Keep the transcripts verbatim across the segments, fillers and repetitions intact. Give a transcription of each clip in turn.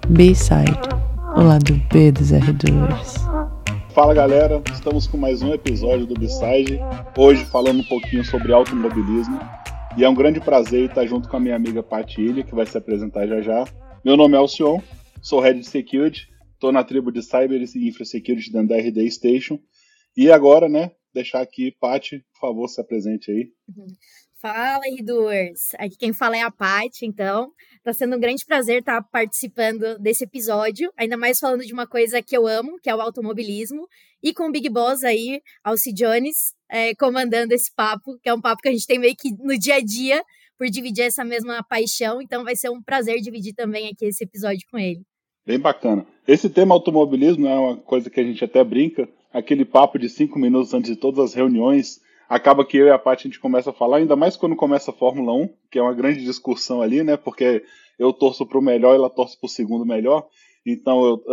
B-Side, o lado B dos R dois. Fala galera, estamos com mais um episódio do B-Side, hoje falando um pouquinho sobre automobilismo, e é um grande prazer estar junto com a minha amiga Paty Ilha, que vai se apresentar já já. Meu nome é Alcion, sou Head de Security, estou na tribo de Cyber e Infra Security dentro da R D Station, e agora, né, deixar aqui, Paty, por favor, se apresente aí. Fala, Riders! Aqui quem fala é a Paty, então. Tá sendo um grande prazer estar participando desse episódio, ainda mais falando de uma coisa que eu amo, que é o automobilismo, e com o Big Boss aí, Alci Jones, é, comandando esse papo, que é um papo que a gente tem meio que no dia a dia, por dividir essa mesma paixão, então vai ser um prazer dividir também aqui esse episódio com ele. Bem bacana. Esse tema automobilismo é uma coisa que a gente até brinca, aquele papo de cinco minutos antes de todas as reuniões. Acaba que eu e a Paty a gente começa a falar, ainda mais quando começa a Fórmula um, que é uma grande discussão ali, né? Porque eu torço pro melhor e ela torce pro segundo melhor. Então eu.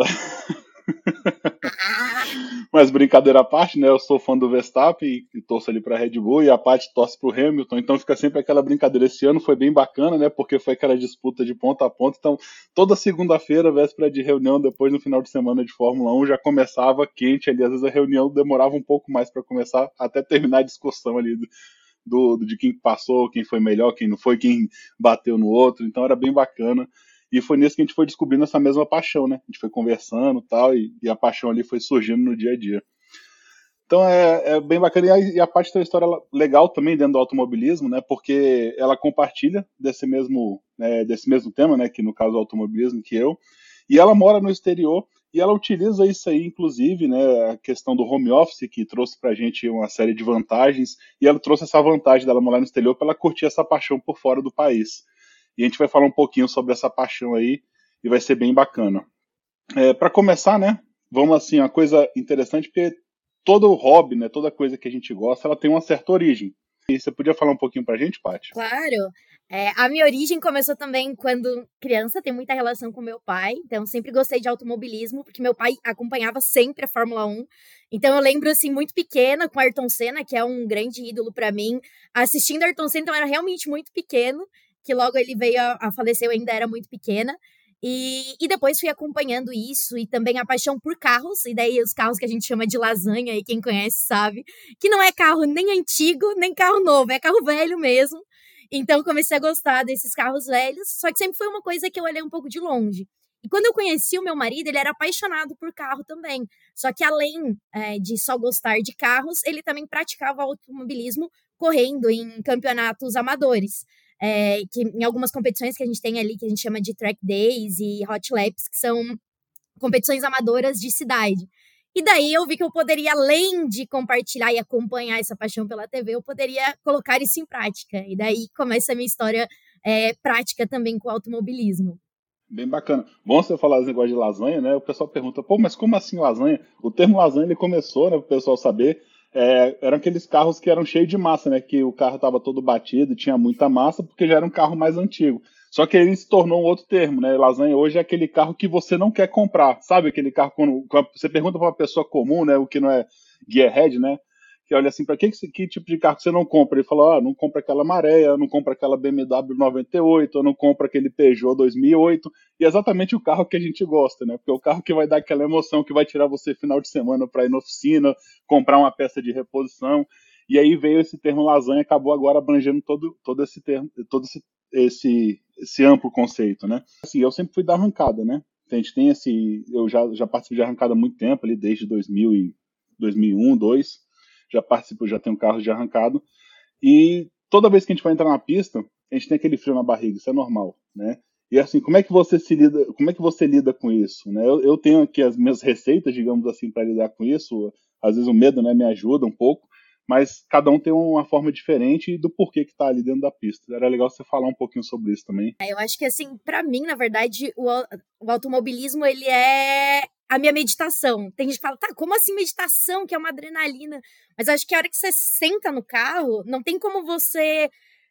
Mas brincadeira à parte, né? Eu sou fã do Verstappen e, e torço ali pra Red Bull, e a Paty torce pro Hamilton, então fica sempre aquela brincadeira. Esse ano foi bem bacana, né? Porque foi aquela disputa de ponta a ponta. Então, toda segunda-feira, véspera de reunião, depois no final de semana de Fórmula um, já começava quente ali. Às vezes a reunião demorava um pouco mais para começar, até terminar a discussão ali do, do, de quem passou, quem foi melhor, quem não foi, quem bateu no outro. Então era bem bacana. E foi nisso que a gente foi descobrindo essa mesma paixão, né? A gente foi conversando tal, e, e a paixão ali foi surgindo no dia a dia. Então é, é bem bacana. E a, e a Paty tem uma história legal também dentro do automobilismo, né? Porque ela compartilha desse mesmo, né, desse mesmo tema, né? Que no caso é o automobilismo, que eu. E ela mora no exterior e ela utiliza isso aí, inclusive, né? A questão do home office, que trouxe pra gente uma série de vantagens. E ela trouxe essa vantagem dela morar no exterior para ela curtir essa paixão por fora do país. E a gente vai falar um pouquinho sobre essa paixão aí e vai ser bem bacana. É, para começar, né, vamos assim, uma coisa interessante, porque todo hobby, né, toda coisa que a gente gosta, ela tem uma certa origem. E você podia falar um pouquinho pra gente, Paty? Claro! É, a minha origem começou também quando criança, tem muita relação com meu pai, então sempre gostei de automobilismo, porque meu pai acompanhava sempre a Fórmula um, então eu lembro, assim, muito pequena, com Ayrton Senna, que é um grande ídolo pra mim, assistindo Ayrton Senna, então eu era realmente muito pequeno, que logo ele veio a, a falecer, eu ainda era muito pequena, e, e depois fui acompanhando isso, e também a paixão por carros, e daí os carros que a gente chama de lasanha, e quem conhece sabe, que não é carro nem antigo, nem carro novo, é carro velho mesmo. Então comecei a gostar desses carros velhos, só que sempre foi uma coisa que eu olhei um pouco de longe. E quando eu conheci o meu marido, ele era apaixonado por carro também. Só que além é, de só gostar de carros, ele também praticava automobilismo correndo em campeonatos amadores. É, que em algumas competições que a gente tem ali, que a gente chama de track days e hot laps, que são competições amadoras de cidade. E daí eu vi que eu poderia, além de compartilhar e acompanhar essa paixão pela T V, eu poderia colocar isso em prática. E daí começa a minha história é, prática também com o automobilismo. Bem bacana. Bom você falar esse negócio de lasanha, né? O pessoal pergunta, pô, mas como assim lasanha? O termo lasanha, ele começou, né, pro pessoal saber, é, eram aqueles carros que eram cheios de massa, né? Que o carro estava todo batido, tinha muita massa, porque já era um carro mais antigo. Só que ele se tornou um outro termo, né? Lasanha hoje é aquele carro que você não quer comprar. Sabe aquele carro quando, quando você pergunta para uma pessoa comum, né? O que não é gearhead, né? Que olha assim, para que, que tipo de carro você não compra? Ele fala, ah, não compra aquela Maré, não compra aquela B M W noventa e oito, ou não compra aquele Peugeot dois mil e oito. E é exatamente o carro que a gente gosta, né? Porque é o carro que vai dar aquela emoção, que vai tirar você final de semana para ir na oficina, comprar uma peça de reposição. E aí veio esse termo lasanha, acabou agora abrangendo todo, todo esse termo, todo esse, esse, esse amplo conceito, né? Assim, eu sempre fui da arrancada, né? A gente tem esse, eu já, já participo de arrancada há muito tempo, ali desde dois mil e, dois mil e um, dois mil e dois, já participo, já tenho carro de arrancado, e toda vez que a gente vai entrar na pista, a gente tem aquele frio na barriga, isso é normal, né? E assim, como é que você se lida, como é que você lida com isso, né? Eu, eu tenho aqui as minhas receitas, digamos assim, para lidar com isso. Às vezes o medo, né, me ajuda um pouco, mas cada um tem uma forma diferente do porquê que tá ali dentro da pista. Era legal você falar um pouquinho sobre isso também. Eu acho que, assim, para mim, na verdade, o, o automobilismo, ele é a minha meditação. Tem gente que fala, tá, como assim meditação, que é uma adrenalina? Mas eu acho que a hora que você senta no carro, não tem como você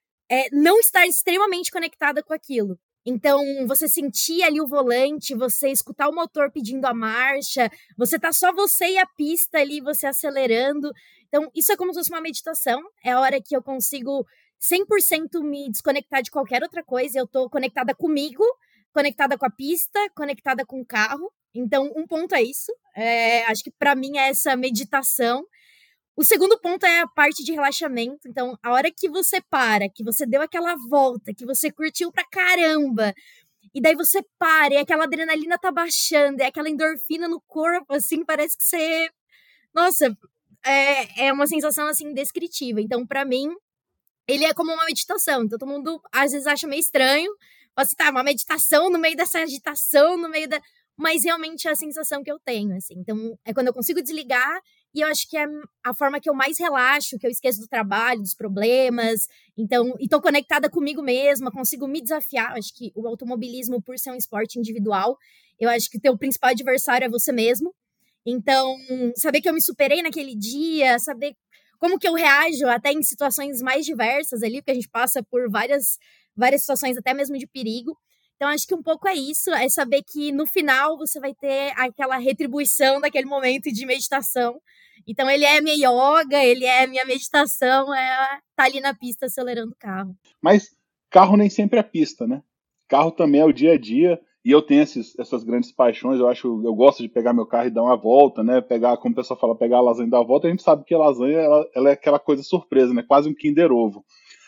é, não estar extremamente conectada com aquilo. Então, você sentir ali o volante, você escutar o motor pedindo a marcha, você tá só você e a pista ali, você acelerando. Então, isso é como se fosse uma meditação. É a hora que eu consigo cem por cento me desconectar de qualquer outra coisa. Eu tô conectada comigo, conectada com a pista, conectada com o carro. Então, um ponto é isso. É, acho que para mim é essa meditação. O segundo ponto é a parte de relaxamento. Então, a hora que você para, que você deu aquela volta, que você curtiu pra caramba, e daí você para, e aquela adrenalina tá baixando, e aquela endorfina no corpo, assim, parece que você... Nossa, é, é uma sensação, assim, indescritível. Então, pra mim, ele é como uma meditação. Então, todo mundo, às vezes, acha meio estranho. Fala assim, tá, uma meditação no meio dessa agitação, no meio da... Mas, realmente, é a sensação que eu tenho, assim. Então, é quando eu consigo desligar, e eu acho que é a forma que eu mais relaxo, que eu esqueço do trabalho, dos problemas. Então, e tô conectada comigo mesma, consigo me desafiar. Acho que o automobilismo, por ser um esporte individual, eu acho que o teu principal adversário é você mesmo. Então, saber que eu me superei naquele dia, saber como que eu reajo até em situações mais diversas ali, porque a gente passa por várias, várias situações, até mesmo de perigo. Então, acho que um pouco é isso, é saber que no final você vai ter aquela retribuição daquele momento de meditação. Então, ele é minha yoga, ele é minha meditação, é tá ali na pista acelerando o carro. Mas carro nem sempre é pista, né? Carro também é o dia a dia, e eu tenho esses, essas grandes paixões, eu acho, eu gosto de pegar meu carro e dar uma volta, né? Pegar, como o pessoal fala, pegar a lasanha e dar uma volta, a gente sabe que a lasanha, ela, ela é aquela coisa surpresa, né? Quase um Kinder Ovo.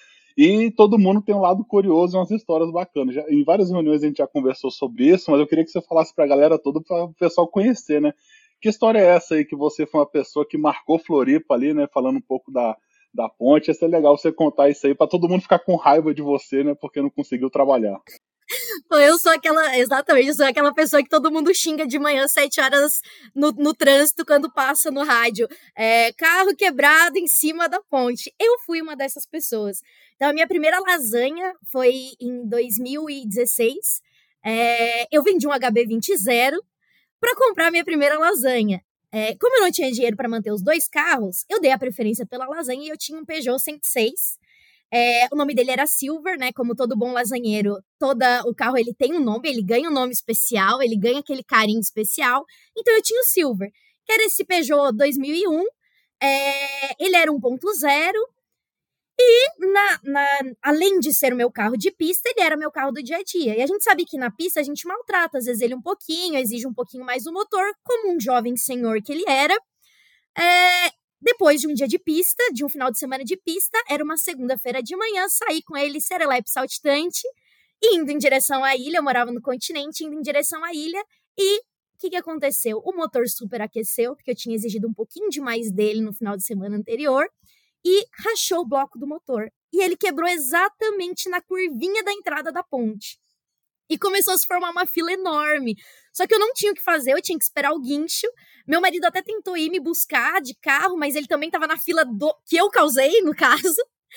E todo mundo tem um lado curioso e umas histórias bacanas. Já, em várias reuniões a gente já conversou sobre isso, mas eu queria que você falasse pra galera toda, para o pessoal conhecer, né? Que história é essa aí que você foi uma pessoa que marcou Floripa ali, né? Falando um pouco da, da ponte. Ia ser legal você contar isso aí para todo mundo ficar com raiva de você, né? Porque não conseguiu trabalhar. Eu sou aquela, exatamente, eu sou aquela pessoa que todo mundo xinga de manhã, sete horas no, no trânsito, quando passa no rádio. É, carro quebrado em cima da ponte. Eu fui uma dessas pessoas. Então, a minha primeira lasanha foi em dois mil e dezesseis. É, eu vendi um H B vinte zero para comprar a minha primeira lasanha. É, como eu não tinha dinheiro para manter os dois carros, eu dei a preferência pela lasanha e eu tinha um Peugeot cento e seis. É, o nome dele era Silver, né? Como todo bom lasanheiro, toda, o carro ele tem um nome, ele ganha um nome especial, ele ganha aquele carinho especial. Então eu tinha o Silver, que era esse Peugeot dois mil e um. É, ele era um ponto zero e, na, na, além de ser o meu carro de pista, ele era o meu carro do dia a dia. E a gente sabe que na pista a gente maltrata, às vezes ele um pouquinho, exige um pouquinho mais do motor, como um jovem senhor que ele era. É, Depois de um dia de pista, de um final de semana de pista, era uma segunda-feira de manhã, saí com ele serelepe saltitante, indo em direção à ilha, eu morava no continente, indo em direção à ilha, e o que, que aconteceu? O motor superaqueceu, porque eu tinha exigido um pouquinho demais dele no final de semana anterior, e rachou o bloco do motor. E ele quebrou exatamente na curvinha da entrada da ponte. E começou a se formar uma fila enorme. Só que eu não tinha o que fazer, eu tinha que esperar o guincho. Meu marido até tentou ir me buscar de carro, mas ele também estava na fila do... que eu causei, no caso.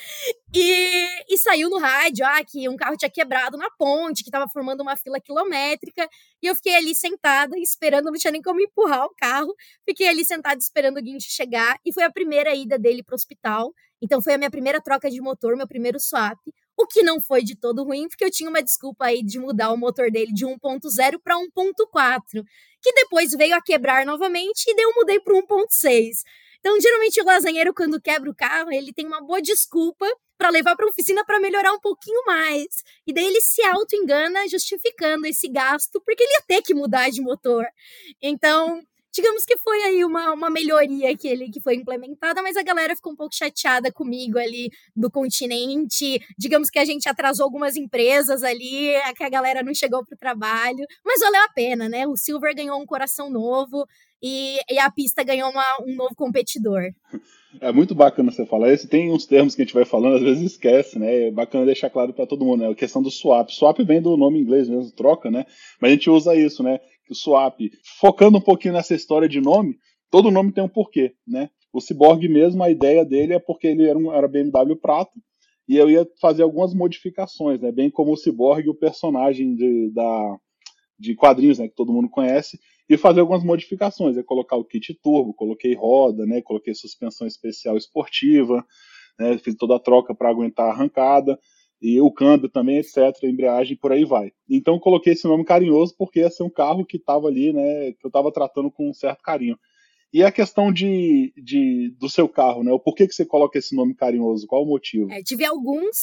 E, e saiu no rádio ah, que um carro tinha quebrado na ponte, que estava formando uma fila quilométrica. E eu fiquei ali sentada, esperando, não tinha nem como empurrar o carro. Fiquei ali sentada esperando o guincho chegar. E foi a primeira ida dele para o hospital. Então foi a minha primeira troca de motor, meu primeiro swap. O que não foi de todo ruim, porque eu tinha uma desculpa aí de mudar o motor dele de um ponto zero para um ponto quatro, que depois veio a quebrar novamente e daí eu mudei para um ponto seis. Então, geralmente, o lasanheiro, quando quebra o carro, ele tem uma boa desculpa para levar para a oficina para melhorar um pouquinho mais. E daí ele se auto-engana justificando esse gasto, porque ele ia ter que mudar de motor. Então, digamos que foi aí uma, uma melhoria que, ele, que foi implementada, mas a galera ficou um pouco chateada comigo ali do continente. Digamos que a gente atrasou algumas empresas ali, que a galera não chegou pro trabalho. Mas valeu a pena, né? O Silver ganhou um coração novo e, e a pista ganhou uma, um novo competidor. É muito bacana você falar isso. Tem uns termos que a gente vai falando, às vezes esquece, né? É bacana deixar claro para todo mundo, né? A questão do swap. Swap vem do nome em inglês mesmo, troca, né? Mas a gente usa isso, né? Que o swap, focando um pouquinho nessa história de nome, todo nome tem um porquê, né? O Cyborg mesmo, a ideia dele é porque ele era, um, era B M W prata, e eu ia fazer algumas modificações, né? Bem como o Cyborg, o personagem de, da, de quadrinhos, né? Que todo mundo conhece, e fazer algumas modificações, é colocar o kit turbo, coloquei roda, né? Coloquei suspensão especial esportiva, né? Fiz toda a troca para aguentar a arrancada, e o câmbio também, etcétera, embreagem, por aí vai. Então, coloquei esse nome carinhoso porque ia ser um carro que estava ali, né, que eu estava tratando com um certo carinho. E a questão de, de, do seu carro, né, o porquê que você coloca esse nome carinhoso? Qual o motivo? É, tive alguns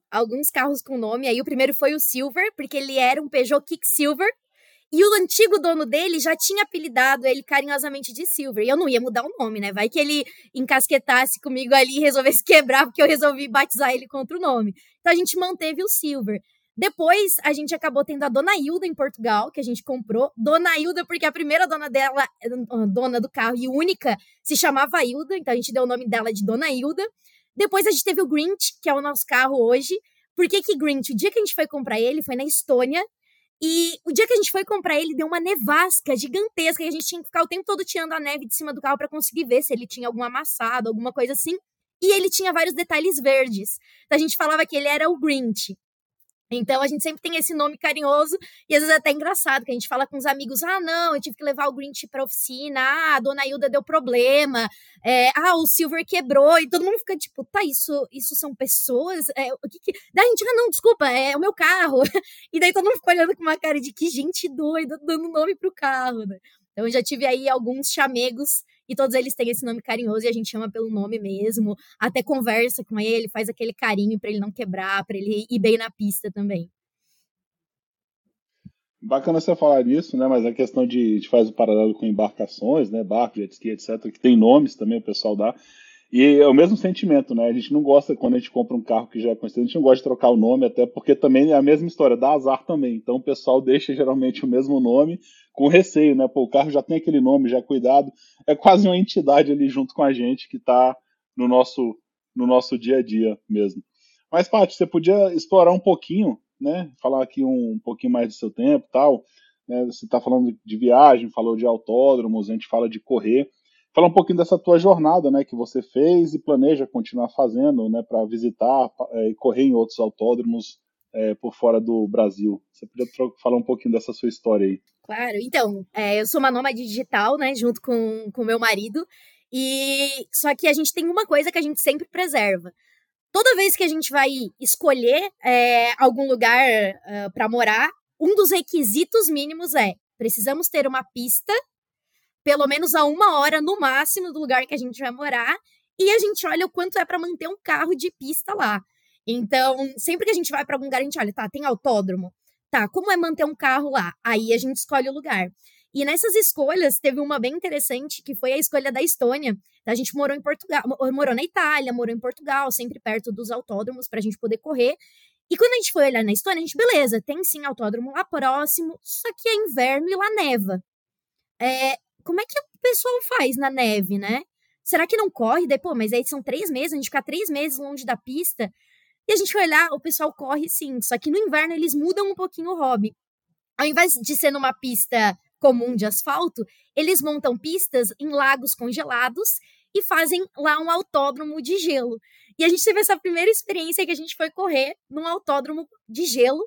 alguns carros com nome. Aí o primeiro foi o Silver, porque ele era um Peugeot Quicksilver. E o antigo dono dele já tinha apelidado ele carinhosamente de Silver. E eu não ia mudar o nome, né? Vai que ele encasquetasse comigo ali e resolvesse quebrar, porque eu resolvi batizar ele com outro nome. Então a gente manteve o Silver. Depois, a gente acabou tendo a Dona Hilda em Portugal, que a gente comprou. Dona Hilda, porque a primeira dona dela, dona do carro e única, se chamava Hilda. Então a gente deu o nome dela de Dona Hilda. Depois a gente teve o Grinch, que é o nosso carro hoje. Por que que Grinch? O dia que a gente foi comprar ele foi na Estônia. E o dia que a gente foi comprar ele, deu uma nevasca gigantesca, e a gente tinha que ficar o tempo todo tirando a neve de cima do carro para conseguir ver se ele tinha algum amassado, alguma coisa assim. E ele tinha vários detalhes verdes. Então a gente falava que ele era o Grinch. Então a gente sempre tem esse nome carinhoso, e às vezes é até engraçado, que a gente fala com os amigos, ah, não, eu tive que levar o Grinch pra oficina, ah, a Dona Hilda deu problema, é, ah, o Silver quebrou, e todo mundo fica tipo, tá, isso, isso são pessoas? É, o que que... Daí a gente, ah, não, desculpa, é o meu carro. E daí todo mundo fica olhando com uma cara de que gente doida, dando nome pro carro, né? Então eu já tive aí alguns chamegos, e todos eles têm esse nome carinhoso, e a gente chama pelo nome mesmo, até conversa com ele, faz aquele carinho pra ele não quebrar, pra ele ir bem na pista também. Bacana você falar disso, né? Mas a questão de, a gente faz o paralelo com embarcações, né? Barco, jet ski, etcétera, que tem nomes também, o pessoal dá. E é o mesmo sentimento, né? A gente não gosta, quando a gente compra um carro que já é conhecido, a gente não gosta de trocar o nome, até porque também é a mesma história, dá azar também. Então o pessoal deixa geralmente o mesmo nome com receio, né? Pô, o carro já tem aquele nome, já é cuidado. É quase uma entidade ali junto com a gente que está no nosso, no nosso dia a dia mesmo. Mas, Paty, você podia explorar um pouquinho, né? Falar aqui um, um pouquinho mais do seu tempo e tal. Né? Você está falando de viagem, falou de autódromos, a gente fala de correr. Fala um pouquinho dessa tua jornada, né, que você fez e planeja continuar fazendo, né, para visitar é, e correr em outros autódromos é, por fora do Brasil. Você podia falar um pouquinho dessa sua história aí? Claro, então, é, eu sou uma nômade digital, né, junto com o meu marido, e só que a gente tem uma coisa que a gente sempre preserva. Toda vez que a gente vai escolher é, algum lugar uh, para morar, um dos requisitos mínimos é, precisamos ter uma pista pelo menos a uma hora no máximo do lugar que a gente vai morar, e a gente olha o quanto é para manter um carro de pista lá. Então, sempre que a gente vai para algum lugar, a gente olha, tá, tem autódromo? Tá, como é manter um carro lá? Aí a gente escolhe o lugar. E nessas escolhas, teve uma bem interessante, que foi a escolha da Estônia. A gente morou em Portugal, morou na Itália, morou em Portugal, sempre perto dos autódromos, pra gente poder correr. E quando a gente foi olhar na Estônia, a gente, beleza, tem sim autódromo lá próximo, só que é inverno e lá neva. É, como é que o pessoal faz na neve, né? Será que não corre? Daí, pô, mas aí são três meses, a gente fica três meses longe da pista. E a gente vai olhar, o pessoal corre sim, só que no inverno eles mudam um pouquinho o hobby. Ao invés de ser numa pista comum de asfalto, eles montam pistas em lagos congelados e fazem lá um autódromo de gelo. E a gente teve essa primeira experiência que a gente foi correr num autódromo de gelo.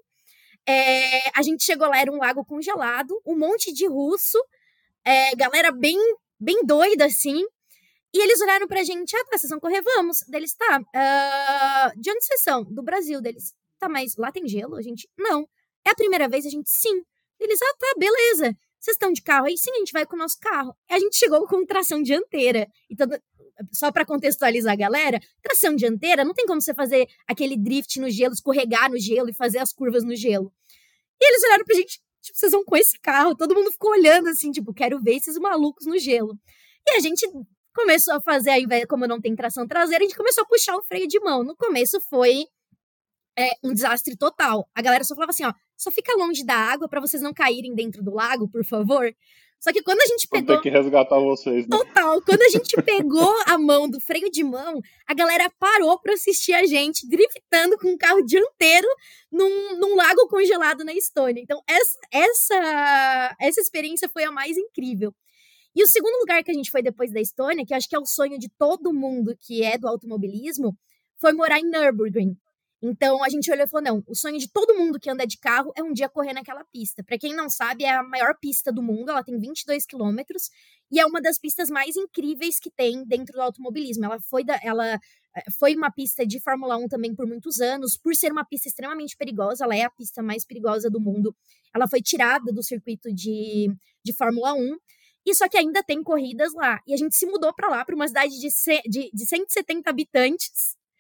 É, a gente chegou lá, era um lago congelado, um monte de russo, é, galera bem, bem doida, assim. E eles olharam pra gente, ah, tá, vocês vão correr? Vamos. Deles, tá, uh, de onde vocês são? Do Brasil. Deles, tá, mas lá tem gelo? A gente, não. É a primeira vez? A gente, sim. Eles, ah, tá, beleza. Vocês estão de carro? Aí, sim, a gente vai com o nosso carro. E a gente chegou com tração dianteira. Então, só pra contextualizar a galera, tração dianteira, não tem como você fazer aquele drift no gelo, escorregar no gelo e fazer as curvas no gelo. E eles olharam pra gente, tipo, vocês vão com esse carro? Todo mundo ficou olhando assim, tipo, quero ver esses malucos no gelo. E a gente começou a fazer, ao invés, como não tem tração traseira, a gente começou a puxar o freio de mão. No começo foi é, um desastre total. A galera só falava assim, ó, só fica longe da água pra vocês não caírem dentro do lago, por favor. Só que quando a gente pegou... Vamos ter que resgatar vocês, né? Total. Quando a gente pegou a mão do freio de mão, a galera parou pra assistir a gente driftando com um carro dianteiro num, num lago congelado na Estônia. Então, essa, essa, essa experiência foi a mais incrível. E o segundo lugar que a gente foi depois da Estônia, que eu acho que é o sonho de todo mundo que é do automobilismo, foi morar em Nürburgring. Então, a gente olhou e falou, não, o sonho de todo mundo que anda de carro é um dia correr naquela pista. Para quem não sabe, é a maior pista do mundo, ela tem vinte e dois quilômetros, e é uma das pistas mais incríveis que tem dentro do automobilismo. Ela foi, da, ela foi uma pista de Fórmula um também por muitos anos, por ser uma pista extremamente perigosa, ela é a pista mais perigosa do mundo. Ela foi tirada do circuito de, de Fórmula um, e só que ainda tem corridas lá. E a gente se mudou para lá, para uma cidade de, de, de cento e setenta habitantes,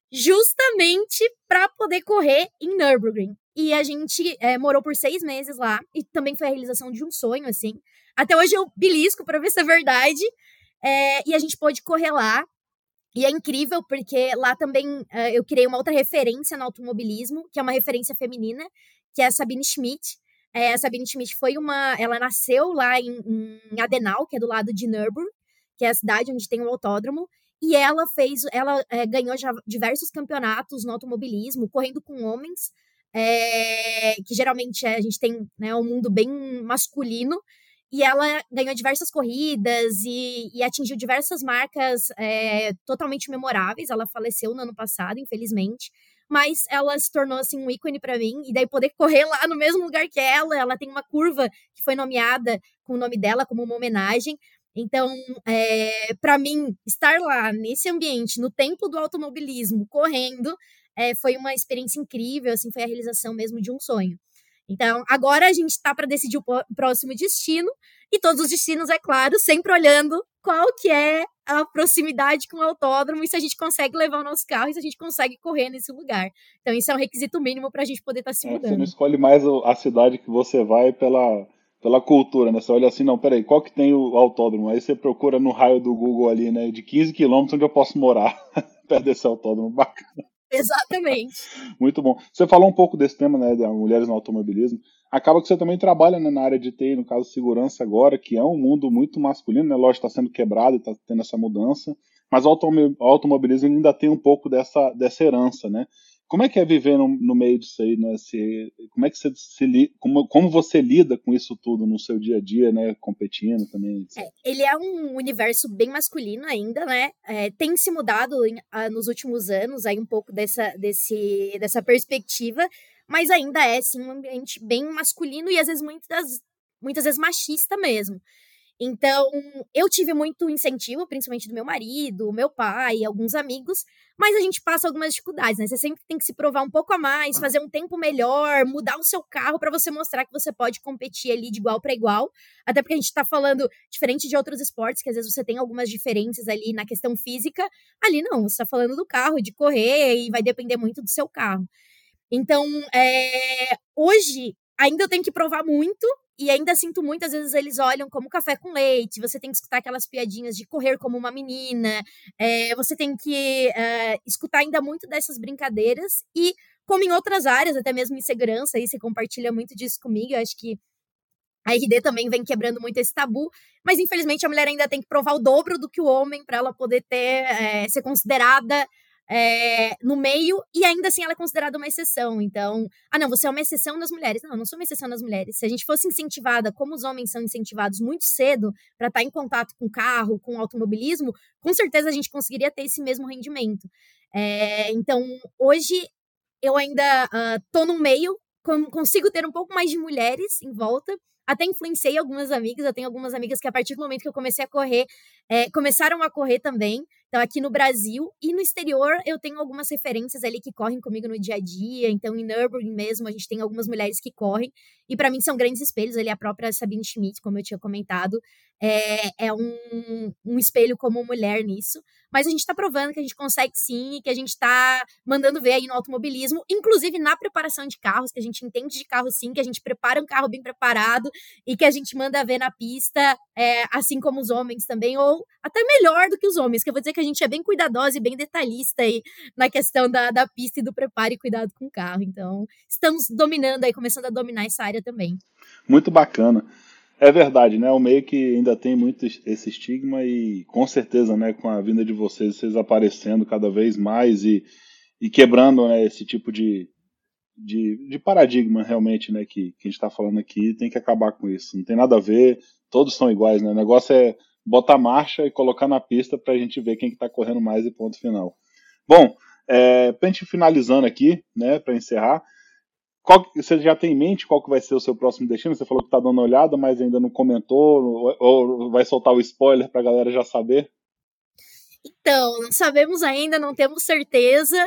justamente para poder correr em Nürburgring. E a gente é, morou por seis meses lá, e também foi a realização de um sonho, assim. Até hoje eu belisco para ver se é verdade, é, e a gente pôde correr lá. E é incrível porque lá também uh, eu criei uma outra referência no automobilismo, que é uma referência feminina, que é a Sabine Schmidt. É, a Sabine Schmidt foi uma... Ela nasceu lá em, em Adenau, que é do lado de Nürburgring, que é a cidade onde tem o autódromo, e ela fez... Ela é, ganhou já diversos campeonatos no automobilismo, correndo com homens, é, que geralmente é, a gente tem, né, um mundo bem masculino, e ela ganhou diversas corridas e, e atingiu diversas marcas é, totalmente memoráveis. Ela faleceu no ano passado, infelizmente. Mas ela se tornou, assim, um ícone para mim. E daí poder correr lá no mesmo lugar que ela. Ela tem uma curva que foi nomeada com o nome dela como uma homenagem. Então, é, para mim, estar lá, nesse ambiente, no templo do automobilismo, correndo, é, foi uma experiência incrível. Assim, foi a realização mesmo de um sonho. Então, agora a gente está para decidir o próximo destino, e todos os destinos, é claro, sempre olhando qual que é a proximidade com o autódromo, e se a gente consegue levar o nosso carro, e se a gente consegue correr nesse lugar. Então, isso é um requisito mínimo para a gente poder estar tá se É, mudando. você não escolhe mais a cidade que você vai pela, pela cultura, né? Você olha assim, não, peraí, qual que tem o autódromo? Aí você procura no raio do Google ali, né, de quinze quilômetros onde eu posso morar, perto desse autódromo, bacana. Exatamente. Muito bom. Você falou um pouco desse tema, né, das mulheres no automobilismo. Acaba que você também trabalha, né, na área de T I, no caso segurança agora, que é um mundo muito masculino, né? Lógico, está sendo quebrado e está tendo essa mudança, mas o automobilismo ainda tem um pouco dessa, dessa herança, né? Como é que é viver no, no meio disso aí, né? Se, como é que você se como, como você lida com isso tudo no seu dia a dia, né? Competindo também. É, ele é um universo bem masculino ainda, né? É, tem se mudado em, a, nos últimos anos aí um pouco dessa, desse, dessa perspectiva, mas ainda é sim um ambiente bem masculino e às vezes muitas, muitas vezes machista mesmo. Então, eu tive muito incentivo, principalmente do meu marido, meu pai, alguns amigos, mas a gente passa algumas dificuldades, né? Você sempre tem que se provar um pouco a mais, fazer um tempo melhor, mudar o seu carro para você mostrar que você pode competir ali de igual para igual, até porque a gente está falando, diferente de outros esportes, que às vezes você tem algumas diferenças ali na questão física, ali não, você está falando do carro, de correr, e vai depender muito do seu carro. Então, é, hoje, ainda eu tenho que provar muito, e ainda sinto muito, às vezes eles olham como café com leite, você tem que escutar aquelas piadinhas de correr como uma menina, é, você tem que é, escutar ainda muito dessas brincadeiras, e como em outras áreas, até mesmo em segurança, aí você compartilha muito disso comigo, eu acho que a R D também vem quebrando muito esse tabu, mas infelizmente a mulher ainda tem que provar o dobro do que o homem para ela poder ter, é, ser considerada É, no meio, e ainda assim ela é considerada uma exceção. Então, ah não, você é uma exceção das mulheres. Não, eu não sou uma exceção das mulheres. Se a gente fosse incentivada, como os homens são incentivados muito cedo para estar em contato com o carro, com o automobilismo, com certeza a gente conseguiria ter esse mesmo rendimento. É, então, hoje eu ainda uh, tô no meio, com, consigo ter um pouco mais de mulheres em volta. Até influenciei algumas amigas, eu tenho algumas amigas que a partir do momento que eu comecei a correr, é, começaram a correr também. Então, aqui no Brasil e no exterior, eu tenho algumas referências ali que correm comigo no dia a dia. Então, em Nürburgring mesmo, a gente tem algumas mulheres que correm. E, para mim, são grandes espelhos. Ali, a própria Sabine Schmidt, como eu tinha comentado, é, é um, um espelho como mulher nisso. Mas a gente está provando que a gente consegue sim e que a gente está mandando ver aí no automobilismo, inclusive na preparação de carros, que a gente entende de carro sim, que a gente prepara um carro bem preparado e que a gente manda ver na pista, é, assim como os homens também, ou até melhor do que os homens, que eu vou dizer que a gente é bem cuidadosa e bem detalhista aí na questão da, da pista e do preparo e cuidado com o carro. Então, estamos dominando aí, começando a dominar essa área também. Muito bacana. É verdade, né? O meio que ainda tem muito esse estigma e com certeza, né, com a vinda de vocês, vocês aparecendo cada vez mais e, e quebrando, né, esse tipo de, de, de paradigma realmente, né, que, que a gente está falando aqui, tem que acabar com isso. Não tem nada a ver, todos são iguais, né? O negócio é botar marcha e colocar na pista para a gente ver quem está correndo mais e ponto final. Bom, é, para a gente finalizando aqui, né, para encerrar, qual, você já tem em mente qual que vai ser o seu próximo destino? Você falou que está dando uma olhada, mas ainda não comentou, ou, ou vai soltar o spoiler para a galera já saber? Então, não sabemos ainda, não temos certeza.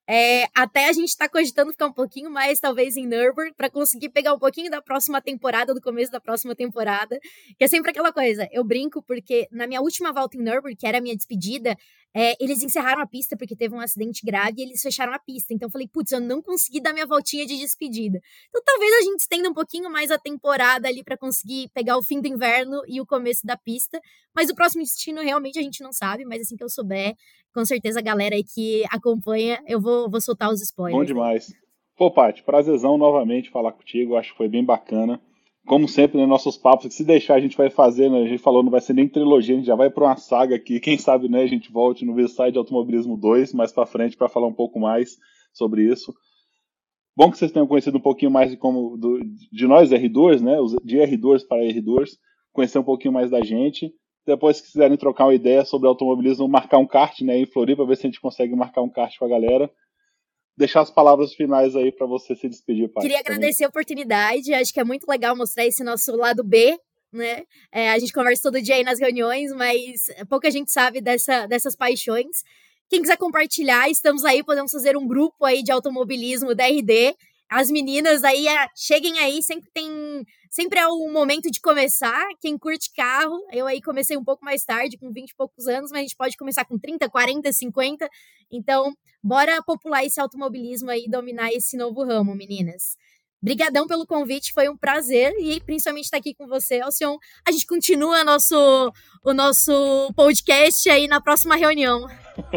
É, até a gente tá cogitando ficar um pouquinho mais, talvez, em Nürburgring, pra conseguir pegar um pouquinho da próxima temporada, do começo da próxima temporada. Que é sempre aquela coisa, eu brinco porque na minha última volta em Nürburgring, que era a minha despedida, é, eles encerraram a pista porque teve um acidente grave e eles fecharam a pista. Então eu falei, putz, eu não consegui dar minha voltinha de despedida. Então talvez a gente estenda um pouquinho mais a temporada ali pra conseguir pegar o fim do inverno e o começo da pista. Mas o próximo destino realmente a gente não sabe, mas assim que eu souber, com certeza a galera aí que acompanha, eu vou, vou soltar os spoilers. Bom demais. Pô, Paty, prazerzão novamente falar contigo, acho que foi bem bacana. Como sempre, nos nossos papos, que se deixar a gente vai fazer, né? A gente falou, não vai ser nem trilogia, a gente já vai para uma saga aqui. Quem sabe, né, a gente volte no V-Side Automobilismo dois, mais para frente, para falar um pouco mais sobre isso. Bom que vocês tenham conhecido um pouquinho mais de, como, do, de nós R dois, né? De R dois para R dois, conhecer um pouquinho mais da gente. Depois, se quiserem trocar uma ideia sobre automobilismo, marcar um kart, né, em Floripa, ver se a gente consegue marcar um kart com a galera. Deixar as palavras finais aí para você se despedir, Paty. Queria agradecer a oportunidade, acho que é muito legal mostrar esse nosso lado B, né? É, a gente conversa todo dia aí nas reuniões, mas pouca gente sabe dessa, dessas paixões. Quem quiser compartilhar, estamos aí, podemos fazer um grupo aí de automobilismo da R D. As meninas aí, cheguem aí, sempre tem, sempre é o momento de começar. Quem curte carro, eu aí comecei um pouco mais tarde, com vinte e poucos anos, mas a gente pode começar com trinta, quarenta, cinquenta. Então, bora popular esse automobilismo aí, dominar esse novo ramo, meninas. Brigadão pelo convite, foi um prazer, e principalmente estar aqui com você, Alcion. A gente continua nosso, o nosso podcast aí na próxima reunião.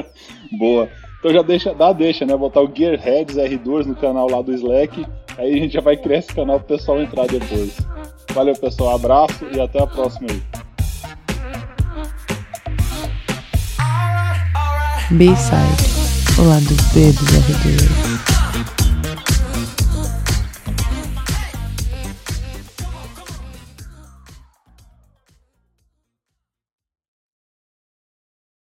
Boa. Então já deixa, dá deixa, né? Botar o Gearheads R dois no canal lá do Slack. Aí a gente já vai criar esse canal pro pessoal entrar depois. Valeu, pessoal. Abraço e até a próxima aí. B-Side, o lado B dos R dois.